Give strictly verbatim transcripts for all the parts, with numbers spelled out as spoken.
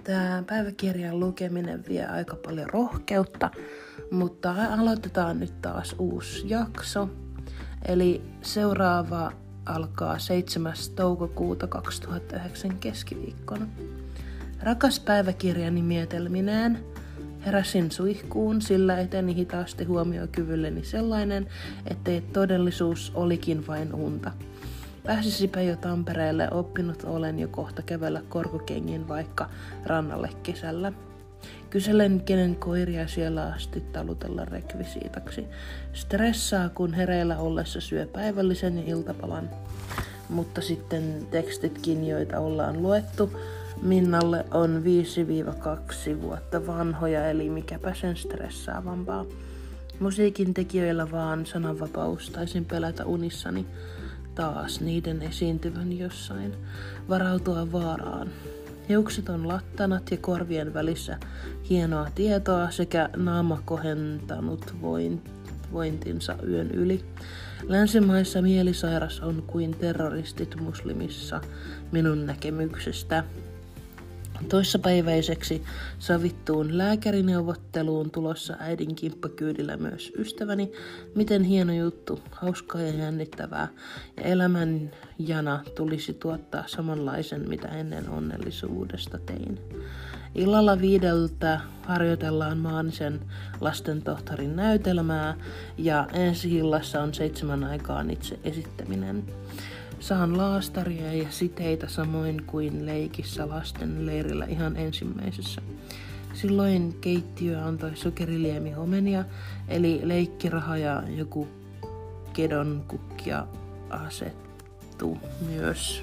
Tämä päiväkirjan lukeminen vie aika paljon rohkeutta, mutta aloitetaan nyt taas uusi jakso. Eli seuraava alkaa seitsemäs toukokuuta kaksituhattayhdeksän keskiviikkona. Rakas päiväkirjani mietelmineen. Heräsin suihkuun, sillä eteni hitaasti huomiokyvylleni sellainen, ettei todellisuus olikin vain unta. Pääsisipä jo Tampereelle, oppinut olen jo kohta kävellä korkokengin vaikka rannalle kesällä. Kyselen, kenen koiria siellä asti talutella rekvisiitaksi. Stressaa, kun hereillä ollessa syö päivällisen ja iltapalan. Mutta sitten tekstitkin, joita ollaan luettu, Minnalle on viisi kaksi vuotta vanhoja, eli mikäpä sen stressaavampaa. Musiikin tekijöillä vaan sananvapaus, taisin pelätä unissani taas niiden esiintyvän jossain, varautua vaaraan. Hiukset on lattanat ja korvien välissä hienoa tietoa sekä naama kohentanut vointinsa yön yli. Länsimaissa mielisairas on kuin terroristit muslimissa minun näkemyksestä. Toissapäiväiseksi sovittuun lääkärineuvotteluun tulossa äidin kimppakyydillä myös ystäväni. Miten hieno juttu, hauskaa ja jännittävää. Ja elämän jana tulisi tuottaa samanlaisen, mitä ennen onnellisuudesta tein. Illalla viideltä harjoitellaan Maanisen lastentohtorin näytelmää ja ensi illassa on seitsemän aikaan itse esittäminen. Saan laastaria ja siteitä samoin kuin leikissä lasten leirillä ihan ensimmäisessä. Silloin keittiö antoi sokeriliemiomenia, eli leikkiraha ja joku kedon kukkia asettu myös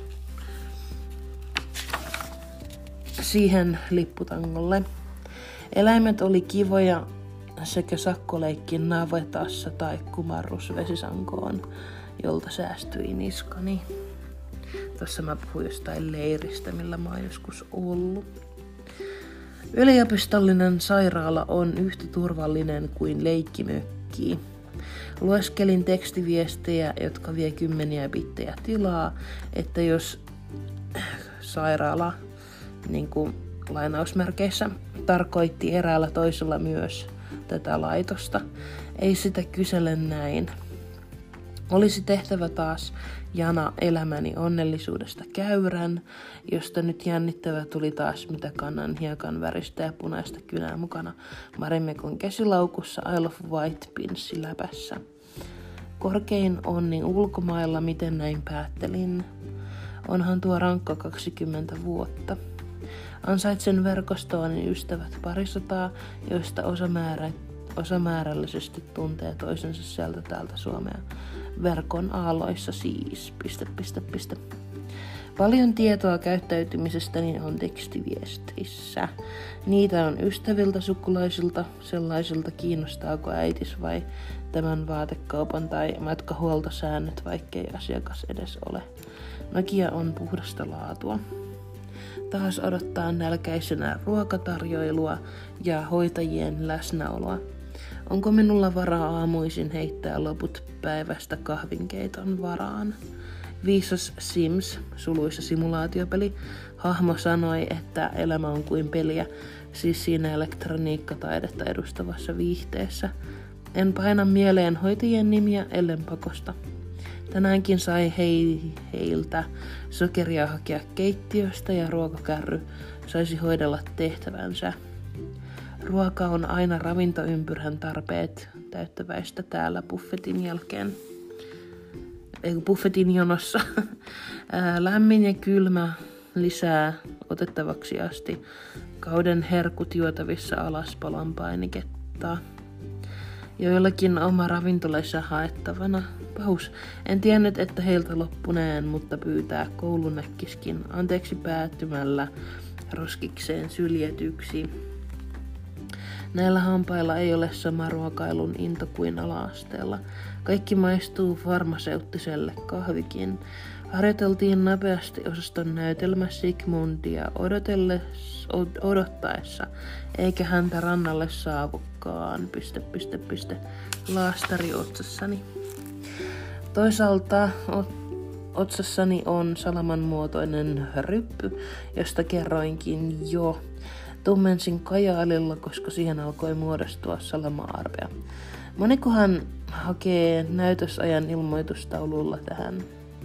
siihen lipputangolle. Eläimet oli kivoja sekä sakkoleikki navetassa tai kumarrus vesisankoon, jolta säästyi niskani. Tuossa mä puhuin jostain leiristä, millä mä oon joskus ollut. Yliopistollinen sairaala on yhtä turvallinen kuin leikkimökki. Lueskelin tekstiviestejä, jotka vie kymmeniä bittejä tilaa, että jos sairaala, niin kuin lainausmerkeissä, tarkoitti eräällä toisella myös tätä laitosta. Ei sitä kysele näin. Olisi tehtävä taas jana elämäni onnellisuudesta käyrän, josta nyt jännittävä tuli taas mitä kannan hiekan väristä ja punaista kynää mukana Marimekon käsilaukussa I Love White pinssi läpässä. Korkein onni ulkomailla, miten näin päättelin. Onhan tuo rankka kaksikymmentä vuotta. Ansaitsen verkostooni ystävät parisataa, joista osa määrä osamäärällisesti tuntee toisensa sieltä täältä Suomea. Verkon aalloissa siis. Piste, piste, piste. Paljon tietoa käyttäytymisestäni on tekstiviestissä. Niitä on ystäviltä, sukulaisilta, sellaisilta kiinnostaako äitis vai tämän vaatekaupan tai matkahuoltosäännöt, vaikkei asiakas edes ole. Nokia on puhdasta laatua. Taas odottaa nälkäisenä ruokatarjoilua ja hoitajien läsnäoloa. Onko minulla varaa aamuisin heittää loput päivästä kahvinkeiton varaan? Viisas Sims, suluissa simulaatiopeli, hahmo sanoi, että elämä on kuin peliä, siis siinä elektroniikkataidetta edustavassa viihteessä. En paina mieleen hoitajien nimiä ellen pakosta. Tänäänkin sai hei heiltä sokeria hakea keittiöstä ja ruokakärry saisi hoidella tehtävänsä. Ruoka on aina ravintoympyrän tarpeet täyttäväistä täällä buffetin jälkeen. Ei buffetin jonossa. Lämmin ja kylmä lisää otettavaksi asti. Kauden herkut juotavissa alaspalon painiketta. Joillakin oma ravintolaissa haettavana. Pahus. En tiennyt, että heiltä loppuneen, mutta pyytää koulunäkkiskin anteeksi päättymällä roskikseen syljetyksi. Näillä hampailla ei ole sama ruokailun into kuin ala-asteella. Kaikki maistuu farmaseuttiselle, kahvikin. Harjoiteltiin nopeasti osaston näytelmä Sigmundia odottaessa, eikä häntä rannalle saavukaan. Piste, piste, piste. Laastari otsassani. Toisaalta otsassani on salamanmuotoinen ryppy, josta kerroinkin jo. Tummensin kajaalilla, koska siihen alkoi muodostua salama-arpea. Monikohan hakee näytösajan ilmoitustaululla tähän?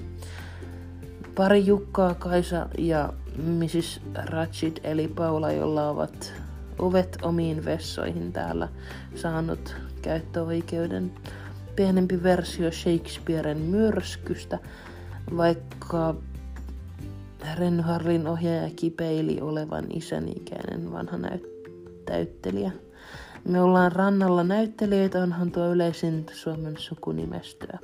Pari Jukkaa, Kaisa ja missis Ratchid eli Paula, jolla ovat ovet omiin vessoihin täällä saanut käyttöoikeuden. Pienempi versio Shakespearen myrskystä, vaikka Renny Harlin ohjaaja kipeili olevan isänikäinen vanha näyttelijä. Me ollaan rannalla näyttelijöitä, onhan tuo yleisin Suomen sukunimestyä.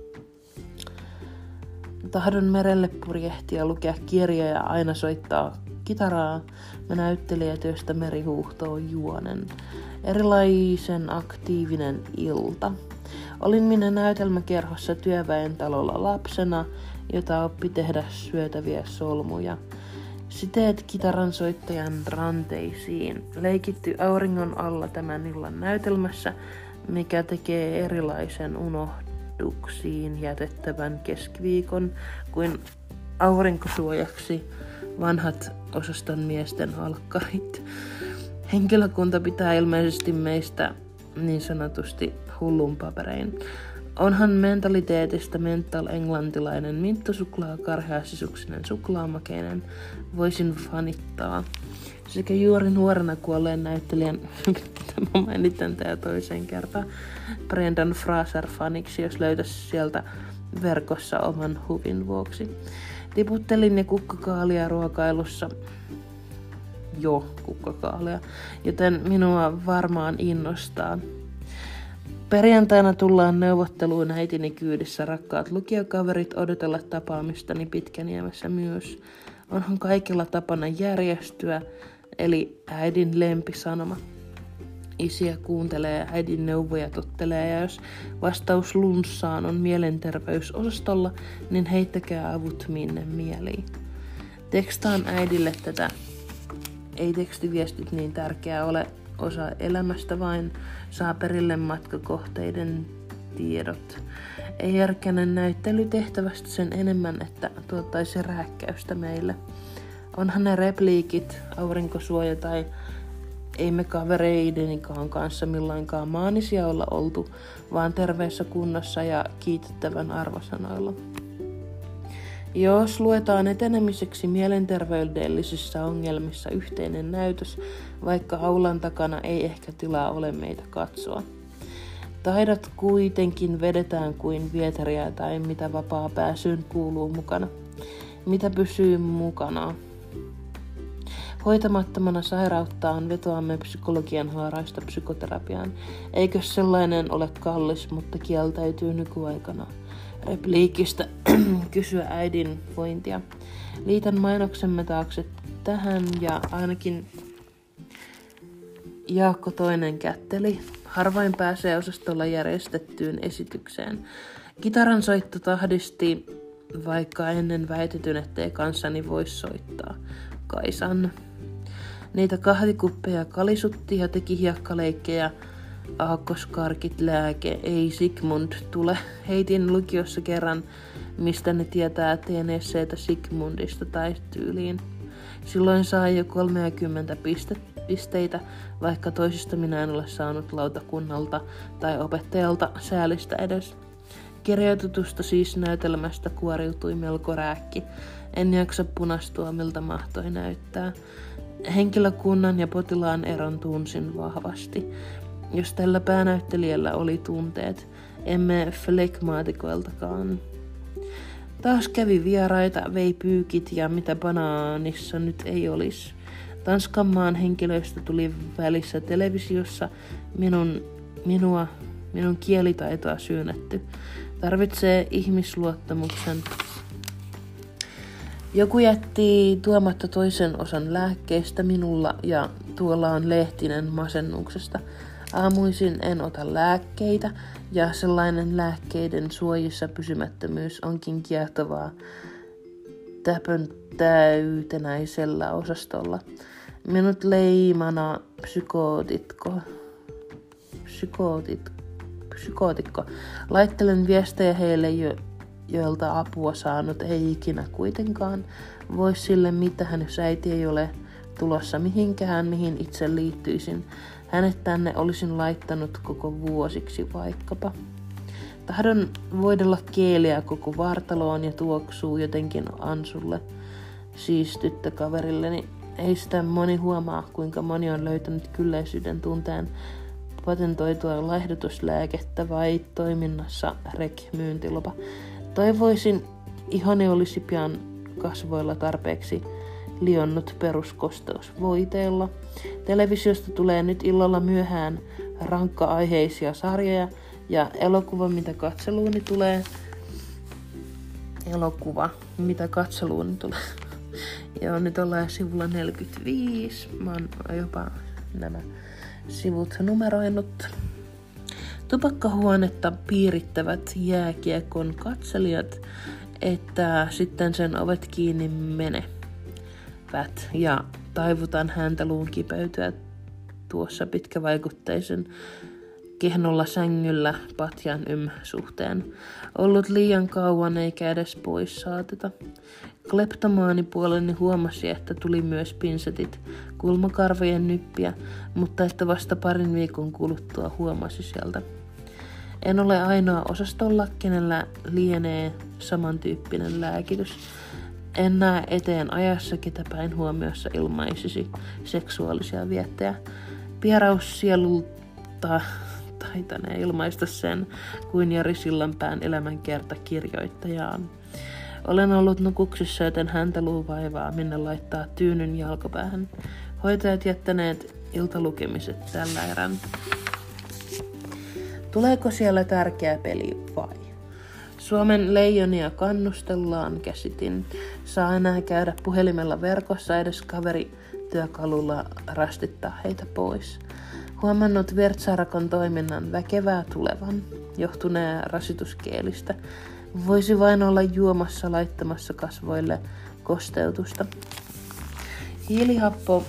Tahdon merelle purjehtia, lukea kirjoja ja aina soittaa kitaraa. Me näyttelijät, joista meri huuhtoo juonen. Erilaisen aktiivinen ilta. Olin minä näytelmäkerhossa työväen talolla lapsena, jota oppi tehdä syötäviä solmuja. Siteet kitaransoittajan ranteisiin. Leikitty auringon alla tämän illan näytelmässä, mikä tekee erilaisen unohduksiin jätettävän keskiviikon kuin aurinkosuojaksi vanhat osaston miesten alkkarit. Henkilökunta pitää ilmeisesti meistä niin sanotusti hullun paperein. Onhan mentaliteetistä mental englantilainen minttusuklaa, karheasisuksinen suklaamakeinen. Voisin fanittaa. Sekä juuri nuorena kuolleen näyttelijän, tämä mainitan tää toiseen kertaan, Brendan Fraser faniksi, jos löytäisi sieltä verkossa oman huvin vuoksi. Tiputtelin ja kukkakaalia ruokailussa. Jo kukkakaalia, joten minua varmaan innostaa. Perjantaina tullaan neuvotteluun äitini kyydissä, rakkaat lukiokaverit, odotella tapaamistani Pitkäniemessä myös. Onhan kaikilla tapana järjestyä, eli äidin lempisanoma. Isiä kuuntelee, äidin neuvoja tottelee, ja jos vastaus lunssaan on mielenterveysosastolla, niin heittäkää avut minne mieliin. Tekstaan äidille tätä. Ei tekstiviestit niin tärkeää ole osa elämästä, vain saa perille matkakohteiden tiedot. Ei järkänen näyttelytehtävästä sen enemmän, että tuottaisi rääkkäystä meille. Onhan ne repliikit, aurinkosuoja tai ei me kavereidenikaan kanssa milloinkaan maanisia olla oltu, vaan terveessä kunnossa ja kiitettävän arvosanoilla. Jos luetaan etenemiseksi mielenterveydellisissä ongelmissa yhteinen näytös, vaikka aulan takana ei ehkä tilaa ole meitä katsoa. Taidot kuitenkin vedetään kuin vieteriä tai mitä vapaa pääsyyn kuuluu mukana. Mitä pysyy mukana? Hoitamattomana sairauttaan vetoamme psykologian haaraista psykoterapiaan. Eikö sellainen ole kallis, mutta kieltäytyy nykyaikana? Repliikistä kysyä äidin vointia. Liitän mainoksemme taakse tähän ja ainakin Jaakko toinen kätteli. Harvain pääsee osastolla järjestettyyn esitykseen. Kitaran soitto tahdisti, vaikka ennen väitetyn, ettei kanssani voi soittaa. Kaisan. Niitä kahvikuppeja kalisutti ja teki hiekkaleikkejä. Aakkoskarkit lääke, ei Sigmund tule. Heitin lukiossa kerran, mistä ne tietää teeneesseitä Sigmundista tai tyyliin. Silloin sai jo kolmekymmentä piste, pisteitä, vaikka toisista minä en ole saanut lautakunnalta tai opettajalta säälistä edes. Kirjoitutusta siis näytelmästä kuoriutui melko rääkki. En jaksa punastua, miltä mahtoi näyttää. Henkilökunnan ja potilaan eron tunsin vahvasti. Jos tällä päänäyttelijällä oli tunteet, emme flegmaatikoiltakaan. Taas kävi vieraita, vei pyykit ja mitä banaanissa nyt ei olisi. Tanskan maan henkilöistä tuli välissä televisiossa minun, minua, minun kielitaitoa syynätty. Tarvitsee ihmisluottamuksen. Joku jätti tuomatta toisen osan lääkkeistä minulla ja tuolla on Lehtinen masennuksesta. Aamuisin en ota lääkkeitä ja sellainen lääkkeiden suojissa pysymättömyys onkin kiehtovaa täpön täytenäisellä osastolla. Minut leimana psykootitko. Psykootit, psykootikko. Laittelen viestejä heille, jo, joilta apua saanut ei ikinä kuitenkaan. Vois sille mitään, jos äiti ei ole tulossa mihinkään, mihin itse liittyisin. Hänet tänne olisin laittanut koko vuosiksi vaikkapa. Tahdon voidella kieliä koko vartaloon ja tuoksuu jotenkin Ansulle, siis tyttökaverilleni. Ei sitä moni huomaa, kuinka moni on löytänyt kylläisyyden tunteen patentoitua laihdutuslääkettä vai toiminnassa rek-myyntilupa. Toivoisin, ihoni olisi pian kasvoilla tarpeeksi lionnut peruskosteusvoiteilla. Televisiosta tulee nyt illalla myöhään rankka-aiheisia sarjoja ja elokuva, mitä katseluuni tulee. Elokuva, mitä katseluuni tulee. Joo, nyt ollaan sivulla neljäkymmentäviisi. Mä oon jopa nämä sivut numeroinut. Tupakkahuonetta piirittävät jääkiekon katselijat, että sitten sen ovet kiinni menevät. Ja taivutan häntä luun kipeytyä tuossa pitkävaikutteisen kehnolla sängyllä patjan ym suhteen. Ollut liian kauan eikä edes pois saateta. Kleptomaanipuoleni huomasi, että tuli myös pinsetit, kulmakarvojen nyppiä, mutta että vasta parin viikon kuluttua huomasi sieltä. En ole ainoa osastolla, kenellä lienee samantyyppinen lääkitys. En näe eteen ajassa, ketä päin huomiossa ilmaisisi seksuaalisia viettejä. Pieraus sielulta taitanee ilmaista sen kuin Jari Sillanpään elämänkerta kirjoittajaan. Olen ollut nukuksissa, joten häntä luuvaivaa, minne laittaa tyynyn jalkopäähän. Hoitajat jättäneet iltalukemiset tällä erän. Tuleeko siellä tärkeä peli vai? Suomen leijonia kannustellaan, käsitin. Saa enää käydä puhelimella verkossa, edes kaverityökalulla rastittaa heitä pois. Huomannut Vertsarakon toiminnan väkevää tulevan, johtuneen rasituskeelistä. Voisi vain olla juomassa laittamassa kasvoille kosteutusta. Hiilihappo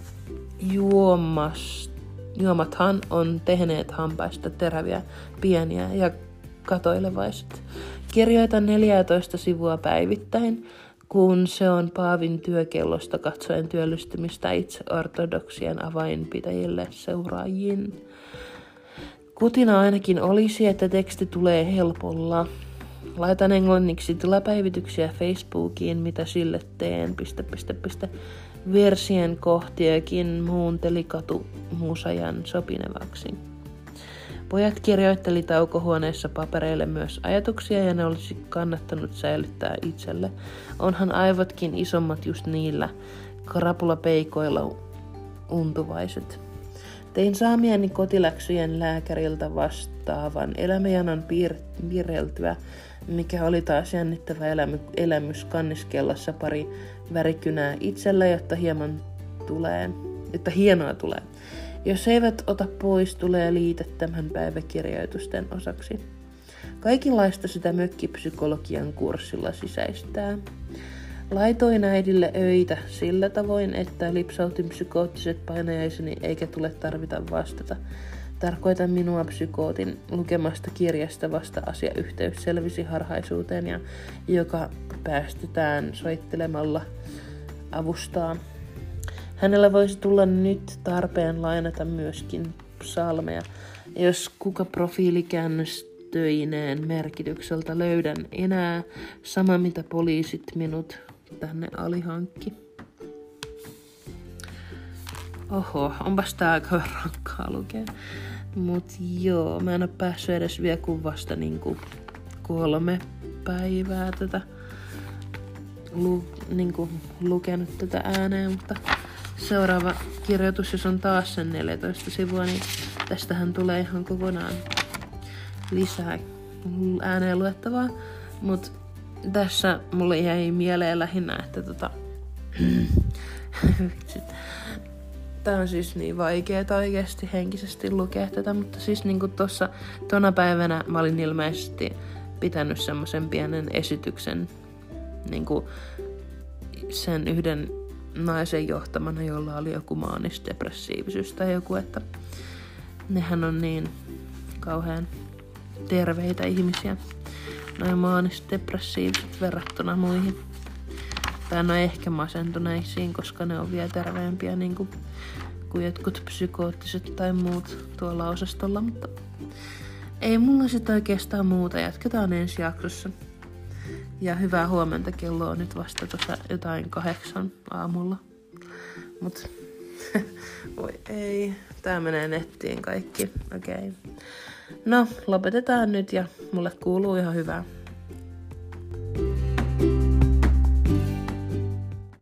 juomas, juomathan on tehneet hampaista teräviä, pieniä ja katoilevaiset. Kirjoitan neljätoista sivua päivittäin, kun se on Paavin työkellosta katsoen työllistymistä itse ortodoksien avainpitäjille seuraajiin. Kutina ainakin olisi, että teksti tulee helpolla. Laitan englanniksi tilapäivityksiä Facebookiin, mitä sille teen, piste, piste, piste. Versien kohtiakin muunteli katumuusajan sopinevaksi. Pojat kirjoitteli taukohuoneessa papereille myös ajatuksia ja ne olisi kannattanut säilyttää itselle. Onhan aivotkin isommat just niillä krapulapeikoilla untuvaiset. Tein saamieni kotiläksyjen lääkäriltä vastaavan elämäjanan piir- piirreltyä, mikä oli taas jännittävä elämy- elämys kanniskellassa pari värikynää itselle, jotta hieman tulee, jotta hienoa tulee. Jos eivät ota pois, tulee liite tämän päiväkirjoitusten osaksi. Kaikenlaista sitä mökkipsykologian kurssilla sisäistää. Laitoin äidille öitä sillä tavoin, että lipsautin psykoottiset painajaiseni eikä tule tarvita vastata. Tarkoitan minua psykootin lukemasta kirjasta vasta asiayhteys selvisi harhaisuuteen ja joka päästetään soittelemalla avustaa. Hänellä voisi tulla nyt tarpeen lainata myöskin psalmeja, jos kuka profiilikäännöstöineen merkitykseltä löydän enää, sama mitä poliisit minut tänne alihankki. Oho, onpas tää aika rankkaa lukea. Mut joo, mä en oo päässyt edes vielä kuin vasta niinku kolme päivää tätä lu, niinku, lukenut tätä ääneen, mutta seuraava kirjoitus, jos on taas sen neljätoista sivua, niin tästähän tulee ihan kokonaan lisää ääneen luettavaa. Mut tässä mulle jäi mieleen lähinnä, että tota... Tää on siis niin vaikeeta oikeesti henkisesti lukea tätä, mutta siis niinku tossa tona päivänä mä olin ilmeisesti pitänyt semmosen pienen esityksen niinku sen yhden naisen johtamana, jolla oli joku maanisdepressiivisyys tai joku, että nehän on niin kauhean terveitä ihmisiä, noin maanisdepressiiviset verrattuna muihin. Tai no ehkä masentuneisiin, koska ne on vielä terveempiä niin kuin, kuin jotkut psykoottiset tai muut tuolla osastolla. Mutta ei mulla sitä oikeastaan muuta. Jatketaan ensi jaksossa. Ja hyvää huomenta, kello on nyt vasta tuossa jotain kahdeksan aamulla. Mut voi ei, tää menee nettiin kaikki. Okei. Okay. No, lopetetaan nyt ja mulle kuuluu ihan hyvää.